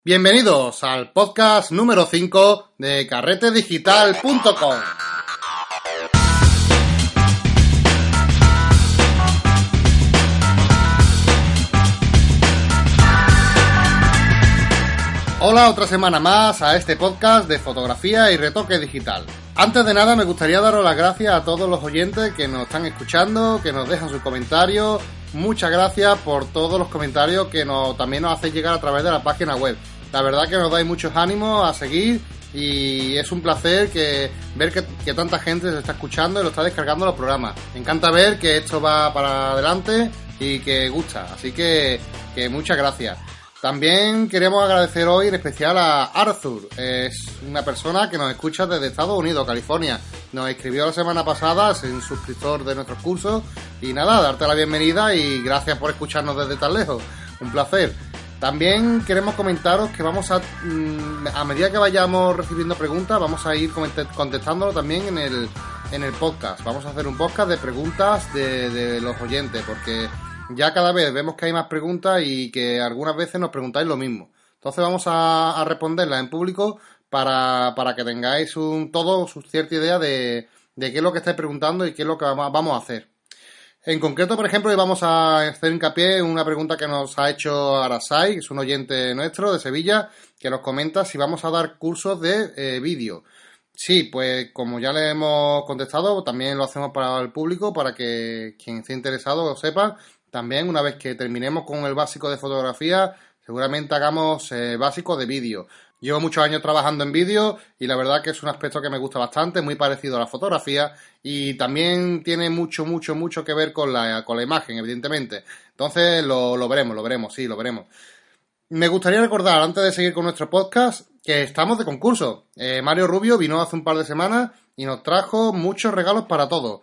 Bienvenidos al podcast número 5 de carretedigital.com. Hola, otra semana más a este podcast de fotografía y retoque digital. Antes de nada me gustaría daros las gracias a todos los oyentes que nos están escuchando, que nos dejan sus comentarios. Muchas gracias por todos los comentarios que también nos hacéis llegar a través de la página web. La verdad que nos dais muchos ánimos a seguir y es un placer ver que tanta gente se está escuchando y lo está descargando los programas. Me encanta ver que esto va para adelante y que gusta, así que muchas gracias. También queremos agradecer hoy en especial a Arthur, es una persona que nos escucha desde Estados Unidos, California. Nos escribió la semana pasada, es un suscriptor de nuestros cursos y nada, darte la bienvenida y gracias por escucharnos desde tan lejos, un placer. También queremos comentaros que vamos a medida que vayamos recibiendo preguntas, vamos a ir contestándolo también en el podcast. Vamos a hacer un podcast de preguntas de los oyentes, porque ya cada vez vemos que hay más preguntas y que algunas veces nos preguntáis lo mismo. Entonces vamos a responderlas en público para que tengáis cierta idea de qué es lo que estáis preguntando y qué es lo que vamos a hacer. En concreto, por ejemplo, hoy vamos a hacer hincapié en una pregunta que nos ha hecho Arasai, que es un oyente nuestro de Sevilla, que nos comenta si vamos a dar cursos de vídeo. Sí, pues como ya le hemos contestado, también lo hacemos para el público, para que quien esté interesado lo sepa. También, una vez que terminemos con el básico de fotografía, seguramente hagamos básico de vídeo. Llevo muchos años trabajando en vídeo y la verdad que es un aspecto que me gusta bastante, muy parecido a la fotografía y también tiene mucho que ver con la imagen, evidentemente. Entonces lo veremos. Me gustaría recordar, antes de seguir con nuestro podcast, que estamos de concurso. Mario Rubio vino hace un par de semanas y nos trajo muchos regalos para todos.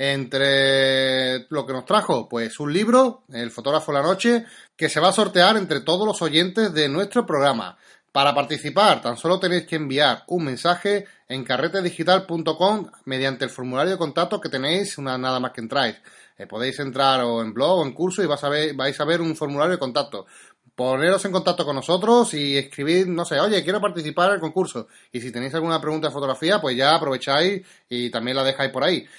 Entre lo que nos trajo, pues un libro, El fotógrafo de la noche, que se va a sortear entre todos los oyentes de nuestro programa. Para participar, tan solo tenéis que enviar un mensaje en carretedigital.com mediante el formulario de contacto que tenéis nada más que entráis. Podéis entrar o en blog o en curso y vais a ver un formulario de contacto. Poneros en contacto con nosotros y escribir, no sé, oye, quiero participar en el concurso. Y si tenéis alguna pregunta de fotografía, pues ya aprovecháis y también la dejáis por ahí.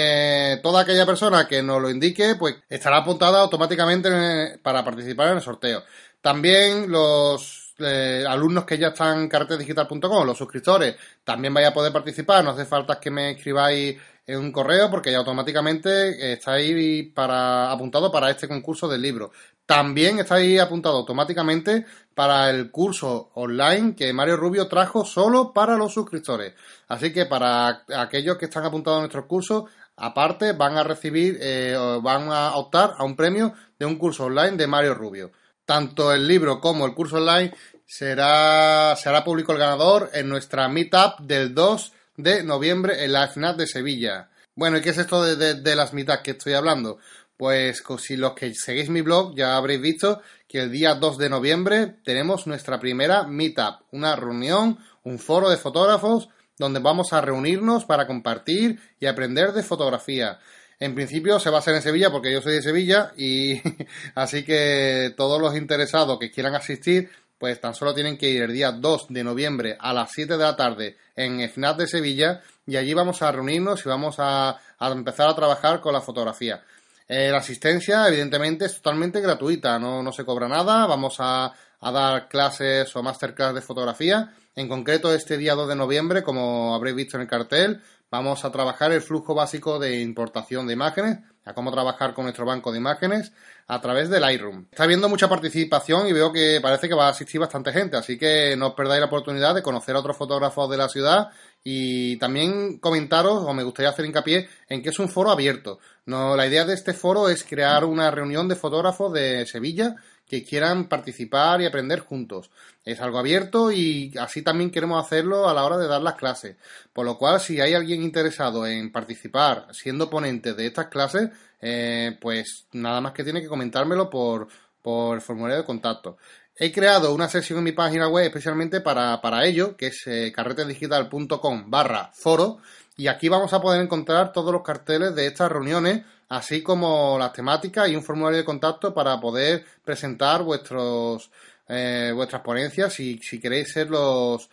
Toda aquella persona que nos lo indique, pues estará apuntada automáticamente para participar en el sorteo. También los alumnos que ya están en carretedigital.com, los suscriptores, también vais a poder participar. No hace falta que me escribáis en un correo porque ya automáticamente estáis apuntado para este concurso del libro. También estáis apuntados automáticamente para el curso online que Mario Rubio trajo solo para los suscriptores. Así que para aquellos que están apuntados a nuestros cursos, aparte van a recibir, van a optar a un premio de un curso online de Mario Rubio. Tanto el libro como el curso online se hará público el ganador en nuestra meetup del 2 de noviembre en la FNAC de Sevilla. Bueno, ¿y qué es esto de las meetups que estoy hablando? Pues si los que seguís mi blog ya habréis visto que el día 2 de noviembre tenemos nuestra primera meetup, una reunión, un foro de fotógrafos donde vamos a reunirnos para compartir y aprender de fotografía. En principio se va a hacer en Sevilla porque yo soy de Sevilla y así que todos los interesados que quieran asistir pues tan solo tienen que ir el día 2 de noviembre a las 7 de la tarde en FNAC de Sevilla y allí vamos a reunirnos y vamos a empezar a trabajar con la fotografía. La asistencia evidentemente es totalmente gratuita, no se cobra nada, vamos a dar clases o masterclass de fotografía. En concreto este día 2 de noviembre, como habréis visto en el cartel, vamos a trabajar el flujo básico de importación de imágenes, a cómo trabajar con nuestro banco de imágenes a través del Lightroom. Está habiendo mucha participación y veo que parece que va a asistir bastante gente, así que no os perdáis la oportunidad de conocer a otros fotógrafos de la ciudad y también comentaros, o me gustaría hacer hincapié, en que es un foro abierto. La idea de este foro es crear una reunión de fotógrafos de Sevilla que quieran participar y aprender juntos. Es algo abierto y así también queremos hacerlo a la hora de dar las clases. Por lo cual, si hay alguien interesado en participar siendo ponente de estas clases, pues nada más que tiene que comentármelo por el formulario de contacto. He creado una sección en mi página web especialmente para ello, que es carretedigital.com/foro, y aquí vamos a poder encontrar todos los carteles de estas reuniones, así como las temáticas y un formulario de contacto para poder presentar vuestros vuestras ponencias si queréis ser los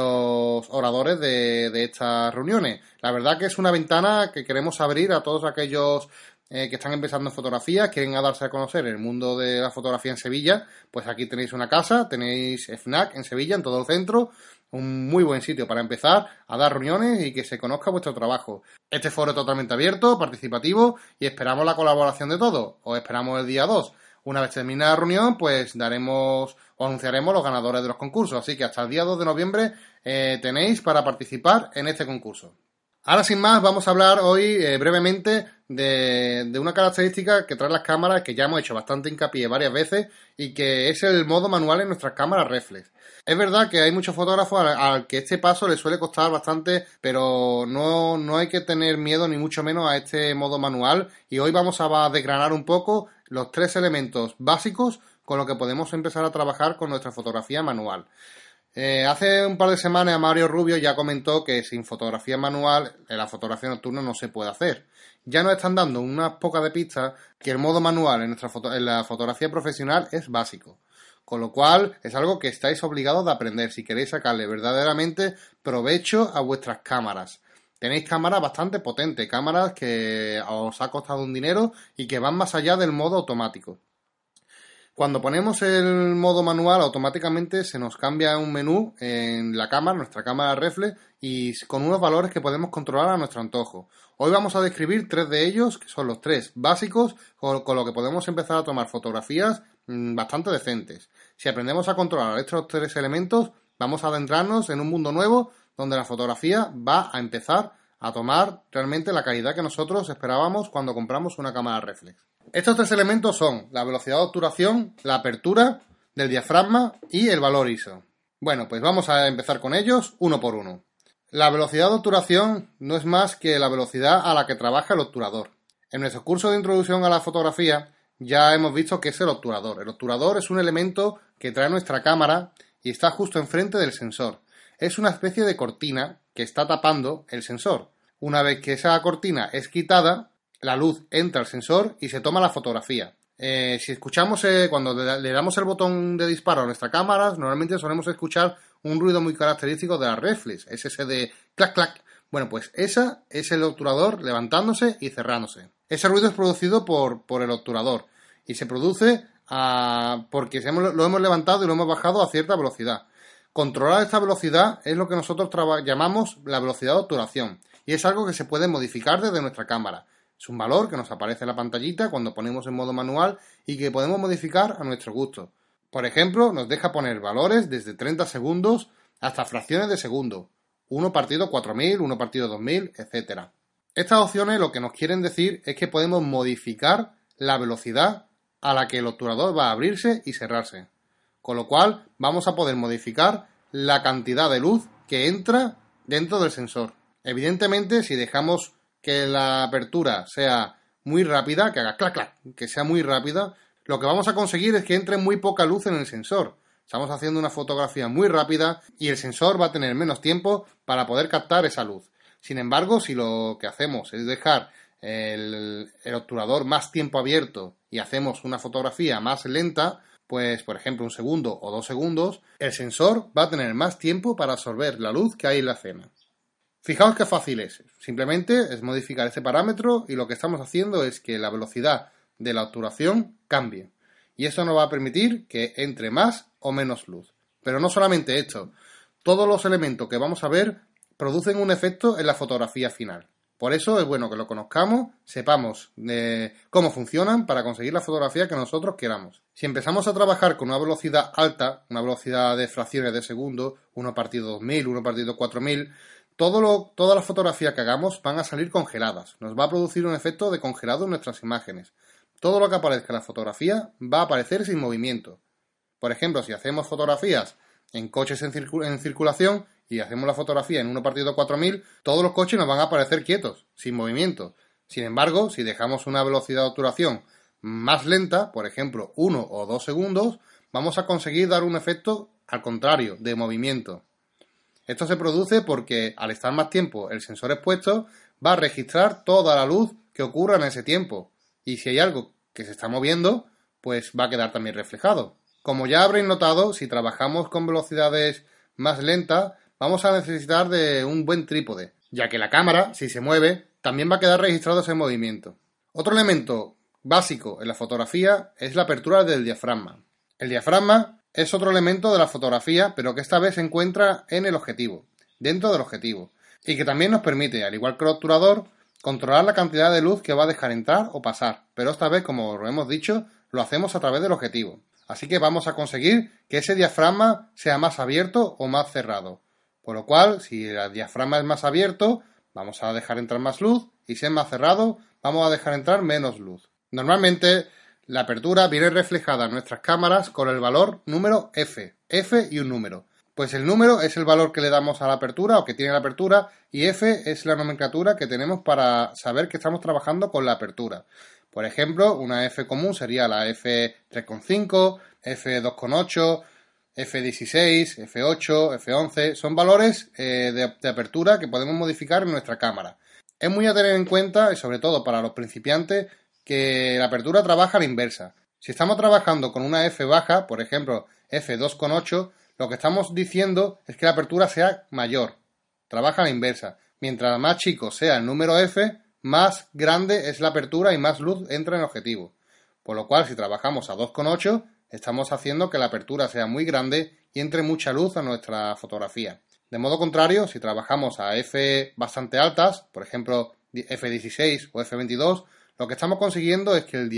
oradores de estas reuniones. La verdad que es una ventana que queremos abrir a todos aquellos que están empezando en fotografía, quieren darse a conocer el mundo de la fotografía en Sevilla. Pues aquí tenéis una casa, tenéis FNAC en Sevilla, en todo el centro, un muy buen sitio para empezar a dar reuniones y que se conozca vuestro trabajo. Este foro es totalmente abierto, participativo, y esperamos la colaboración de todos. Os esperamos el día 2. Una vez termine la reunión, pues daremos o anunciaremos los ganadores de los concursos. Así que hasta el día 2 de noviembre tenéis para participar en este concurso. Ahora, sin más, vamos a hablar hoy brevemente de una característica que traen las cámaras, que ya hemos hecho bastante hincapié varias veces, y que es el modo manual en nuestras cámaras reflex. Es verdad que hay muchos fotógrafos al que este paso les suele costar bastante, pero no hay que tener miedo ni mucho menos a este modo manual, y hoy vamos a desgranar un poco los 3 elementos básicos con los que podemos empezar a trabajar con nuestra fotografía manual. Hace un par de semanas Mario Rubio ya comentó que sin fotografía manual la fotografía nocturna no se puede hacer. Ya nos están dando unas pocas de pistas que el modo manual en la fotografía profesional es básico. Con lo cual es algo que estáis obligados a aprender si queréis sacarle verdaderamente provecho a vuestras cámaras. Tenéis cámaras bastante potentes, cámaras que os ha costado un dinero y que van más allá del modo automático. Cuando ponemos el modo manual, automáticamente se nos cambia un menú en la cámara, nuestra cámara reflex, y con unos valores que podemos controlar a nuestro antojo. Hoy vamos a describir 3 de ellos, que son los 3 básicos, con lo que podemos empezar a tomar fotografías bastante decentes. Si aprendemos a controlar estos 3 elementos, vamos a adentrarnos en un mundo nuevo donde la fotografía va a empezar a tomar realmente la calidad que nosotros esperábamos cuando compramos una cámara reflex. Estos 3 elementos son la velocidad de obturación, la apertura del diafragma y el valor ISO. Bueno, pues vamos a empezar con ellos uno por uno. La velocidad de obturación no es más que la velocidad a la que trabaja el obturador. En nuestro curso de introducción a la fotografía ya hemos visto qué es el obturador. El obturador es un elemento que trae nuestra cámara y está justo enfrente del sensor. Es una especie de cortina que está tapando el sensor. Una vez que esa cortina es quitada, la luz entra al sensor y se toma la fotografía. Si escuchamos, cuando le damos el botón de disparo a nuestra cámara, normalmente solemos escuchar un ruido muy característico de la reflex, es ese de clac clac. Bueno, pues esa es el obturador levantándose y cerrándose. Ese ruido es producido por el obturador y se produce porque lo hemos levantado y lo hemos bajado a cierta velocidad. Controlar esta velocidad es lo que nosotros llamamos la velocidad de obturación y es algo que se puede modificar desde nuestra cámara. Es un valor que nos aparece en la pantallita cuando ponemos en modo manual y que podemos modificar a nuestro gusto. Por ejemplo, nos deja poner valores desde 30 segundos hasta fracciones de segundo. 1 partido 4000, 1 partido 2000, etc. Estas opciones lo que nos quieren decir es que podemos modificar la velocidad a la que el obturador va a abrirse y cerrarse. Con lo cual vamos a poder modificar la cantidad de luz que entra dentro del sensor. Evidentemente, si dejamos que la apertura sea muy rápida, que haga clac clac, que sea muy rápida, lo que vamos a conseguir es que entre muy poca luz en el sensor. Estamos haciendo una fotografía muy rápida y el sensor va a tener menos tiempo para poder captar esa luz. Sin embargo, si lo que hacemos es dejar el obturador más tiempo abierto y hacemos una fotografía más lenta, pues por ejemplo 1 segundo o 2 segundos, el sensor va a tener más tiempo para absorber la luz que hay en la escena. Fijaos qué fácil es. Simplemente es modificar ese parámetro y lo que estamos haciendo es que la velocidad de la obturación cambie. Y eso nos va a permitir que entre más o menos luz. Pero no solamente esto. Todos los elementos que vamos a ver producen un efecto en la fotografía final. Por eso es bueno que lo conozcamos, sepamos cómo funcionan para conseguir la fotografía que nosotros queramos. Si empezamos a trabajar con una velocidad alta, una velocidad de fracciones de segundo, 1 partido 2000, 1 partido 4000, todas las fotografías que hagamos van a salir congeladas. Nos va a producir un efecto de congelado en nuestras imágenes. Todo lo que aparezca en la fotografía va a aparecer sin movimiento. Por ejemplo, si hacemos fotografías en coches en circulación y hacemos la fotografía en 1 partido 4000, todos los coches nos van a aparecer quietos, sin movimiento. Sin embargo, si dejamos una velocidad de obturación más lenta, por ejemplo 1 o 2 segundos, vamos a conseguir dar un efecto al contrario, de movimiento. Esto se produce porque al estar más tiempo el sensor expuesto va a registrar toda la luz que ocurra en ese tiempo y si hay algo que se está moviendo, pues va a quedar también reflejado. Como ya habréis notado, si trabajamos con velocidades más lentas, vamos a necesitar de un buen trípode, ya que la cámara, si se mueve, también va a quedar registrado ese movimiento. Otro elemento básico en la fotografía es la apertura del diafragma. El diafragma es otro elemento de la fotografía, pero que esta vez se encuentra en el objetivo, dentro del objetivo, y que también nos permite, al igual que el obturador, controlar la cantidad de luz que va a dejar entrar o pasar, pero esta vez, como lo hemos dicho, lo hacemos a través del objetivo. Así que vamos a conseguir que ese diafragma sea más abierto o más cerrado. Por lo cual, si el diafragma es más abierto, vamos a dejar entrar más luz, y si es más cerrado, vamos a dejar entrar menos luz. Normalmente, la apertura viene reflejada en nuestras cámaras con el valor número F y un número. Pues el número es el valor que le damos a la apertura o que tiene la apertura, y F es la nomenclatura que tenemos para saber que estamos trabajando con la apertura. Por ejemplo, una F común sería la F3,5, F2,8, F16, F8, F11. Son valores de apertura que podemos modificar en nuestra cámara. Es muy a tener en cuenta, y sobre todo para los principiantes, que la apertura trabaja a la inversa. Si estamos trabajando con una F baja, por ejemplo F2,8, lo que estamos diciendo es que la apertura sea mayor. Trabaja a la inversa. Mientras más chico sea el número F, más grande es la apertura y más luz entra en el objetivo. Por lo cual, si trabajamos a 2,8, estamos haciendo que la apertura sea muy grande y entre mucha luz a nuestra fotografía. De modo contrario, si trabajamos a F bastante altas, por ejemplo F16 o F22, lo que estamos consiguiendo es que el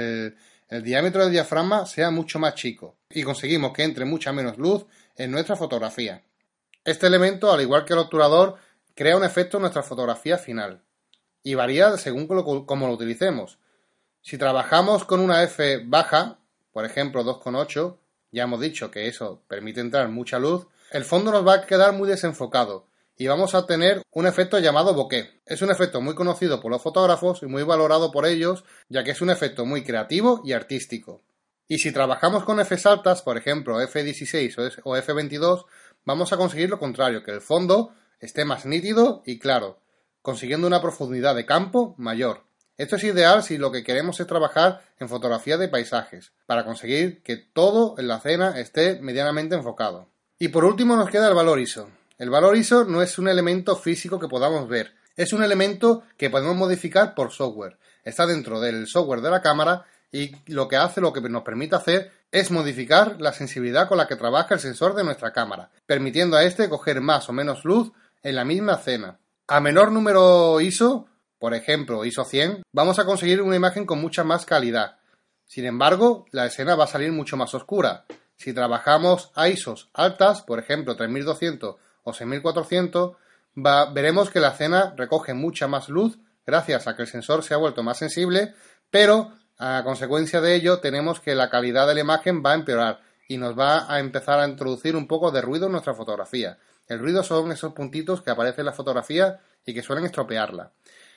diámetro del diafragma sea mucho más chico y conseguimos que entre mucha menos luz en nuestra fotografía. Este elemento, al igual que el obturador, crea un efecto en nuestra fotografía final y varía según cómo lo utilicemos. Si trabajamos con una F baja, por ejemplo 2,8, ya hemos dicho que eso permite entrar mucha luz, el fondo nos va a quedar muy desenfocado y vamos a tener un efecto llamado bokeh. Es un efecto muy conocido por los fotógrafos y muy valorado por ellos, ya que es un efecto muy creativo y artístico. Y si trabajamos con Fs altas, por ejemplo F16 o F22, vamos a conseguir lo contrario, que el fondo esté más nítido y claro, consiguiendo una profundidad de campo mayor. Esto es ideal si lo que queremos es trabajar en fotografía de paisajes, para conseguir que todo en la escena esté medianamente enfocado. Y por último nos queda el valor ISO. El valor ISO no es un elemento físico que podamos ver, es un elemento que podemos modificar por software. Está dentro del software de la cámara y lo que nos permite hacer es modificar la sensibilidad con la que trabaja el sensor de nuestra cámara, permitiendo a este coger más o menos luz en la misma escena. A menor número ISO, por ejemplo ISO 100, vamos a conseguir una imagen con mucha más calidad. Sin embargo, la escena va a salir mucho más oscura. Si trabajamos a ISOs altas, por ejemplo 3200 o 6400, veremos que la escena recoge mucha más luz gracias a que el sensor se ha vuelto más sensible, pero a consecuencia de ello tenemos que la calidad de la imagen va a empeorar y nos va a empezar a introducir un poco de ruido en nuestra fotografía. El ruido son esos puntitos que aparecen en la fotografía y que suelen estropearla.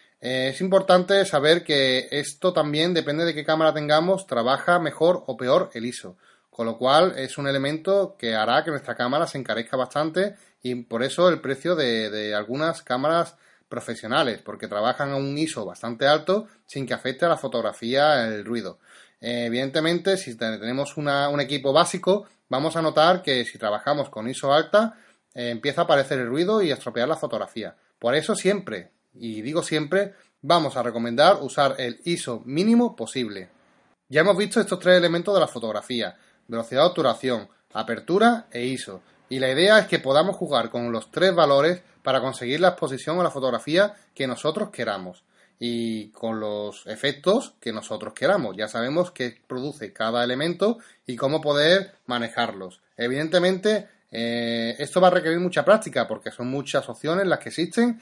Es importante saber que esto también depende de qué cámara tengamos, trabaja mejor o peor el ISO. Con lo cual es un elemento que hará que nuestra cámara se encarezca bastante y por eso el precio de algunas cámaras profesionales, porque trabajan a un ISO bastante alto sin que afecte a la fotografía el ruido. Evidentemente, si tenemos un equipo básico, vamos a notar que si trabajamos con ISO alta, empieza a aparecer el ruido y a estropear la fotografía. Por eso siempre, y digo siempre, vamos a recomendar usar el ISO mínimo posible. Ya hemos visto estos tres elementos de la fotografía: velocidad de obturación, apertura e ISO. Y la idea es que podamos jugar con los tres valores para conseguir la exposición o la fotografía que nosotros queramos y con los efectos que nosotros queramos. Ya sabemos qué produce cada elemento y cómo poder manejarlos. Evidentemente, esto va a requerir mucha práctica porque son muchas opciones las que existen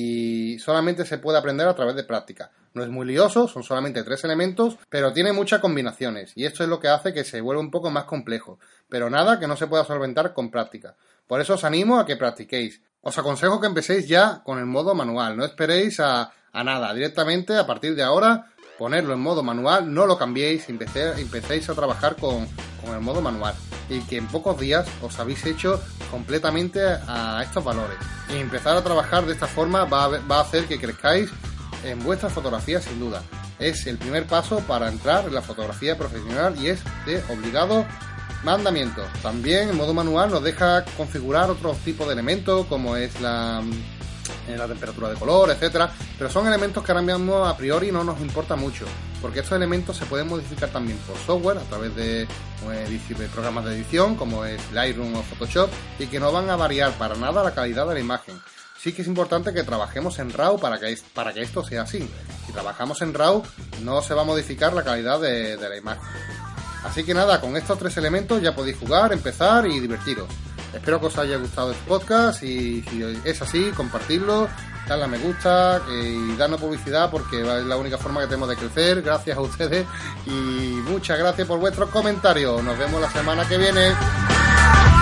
y solamente se puede aprender a través de práctica. No es muy lioso, son solamente 3 elementos, pero tiene muchas combinaciones y esto es lo que hace que se vuelva un poco más complejo, pero nada que no se pueda solventar con práctica. Por eso os animo a que practiquéis. Os aconsejo que empecéis ya con el modo manual, no esperéis a nada, directamente a partir de ahora ponerlo en modo manual, no lo cambiéis, empecéis a trabajar con el modo manual y que en pocos días os habéis hecho completamente a estos valores. Y empezar a trabajar de esta forma va a hacer que crezcáis en vuestra fotografía sin duda. Es el primer paso para entrar en la fotografía profesional y es de obligado Mandamientos. También en modo manual nos deja configurar otros tipos de elementos, como es la temperatura de color, etcétera, pero son elementos que ahora mismo a priori no nos importa mucho, porque estos elementos se pueden modificar también por software a través de programas de edición como es Lightroom o Photoshop, y que no van a variar para nada la calidad de la imagen. Sí que es importante que trabajemos en RAW para que esto sea así. Si trabajamos en RAW no se va a modificar la calidad de la imagen. Así que nada, con estos 3 elementos ya podéis jugar, empezar y divertiros. Espero que os haya gustado este podcast, y si es así, compartirlo, darle a me gusta y darnos publicidad, porque es la única forma que tenemos de crecer. Gracias a ustedes y muchas gracias por vuestros comentarios. Nos vemos la semana que viene.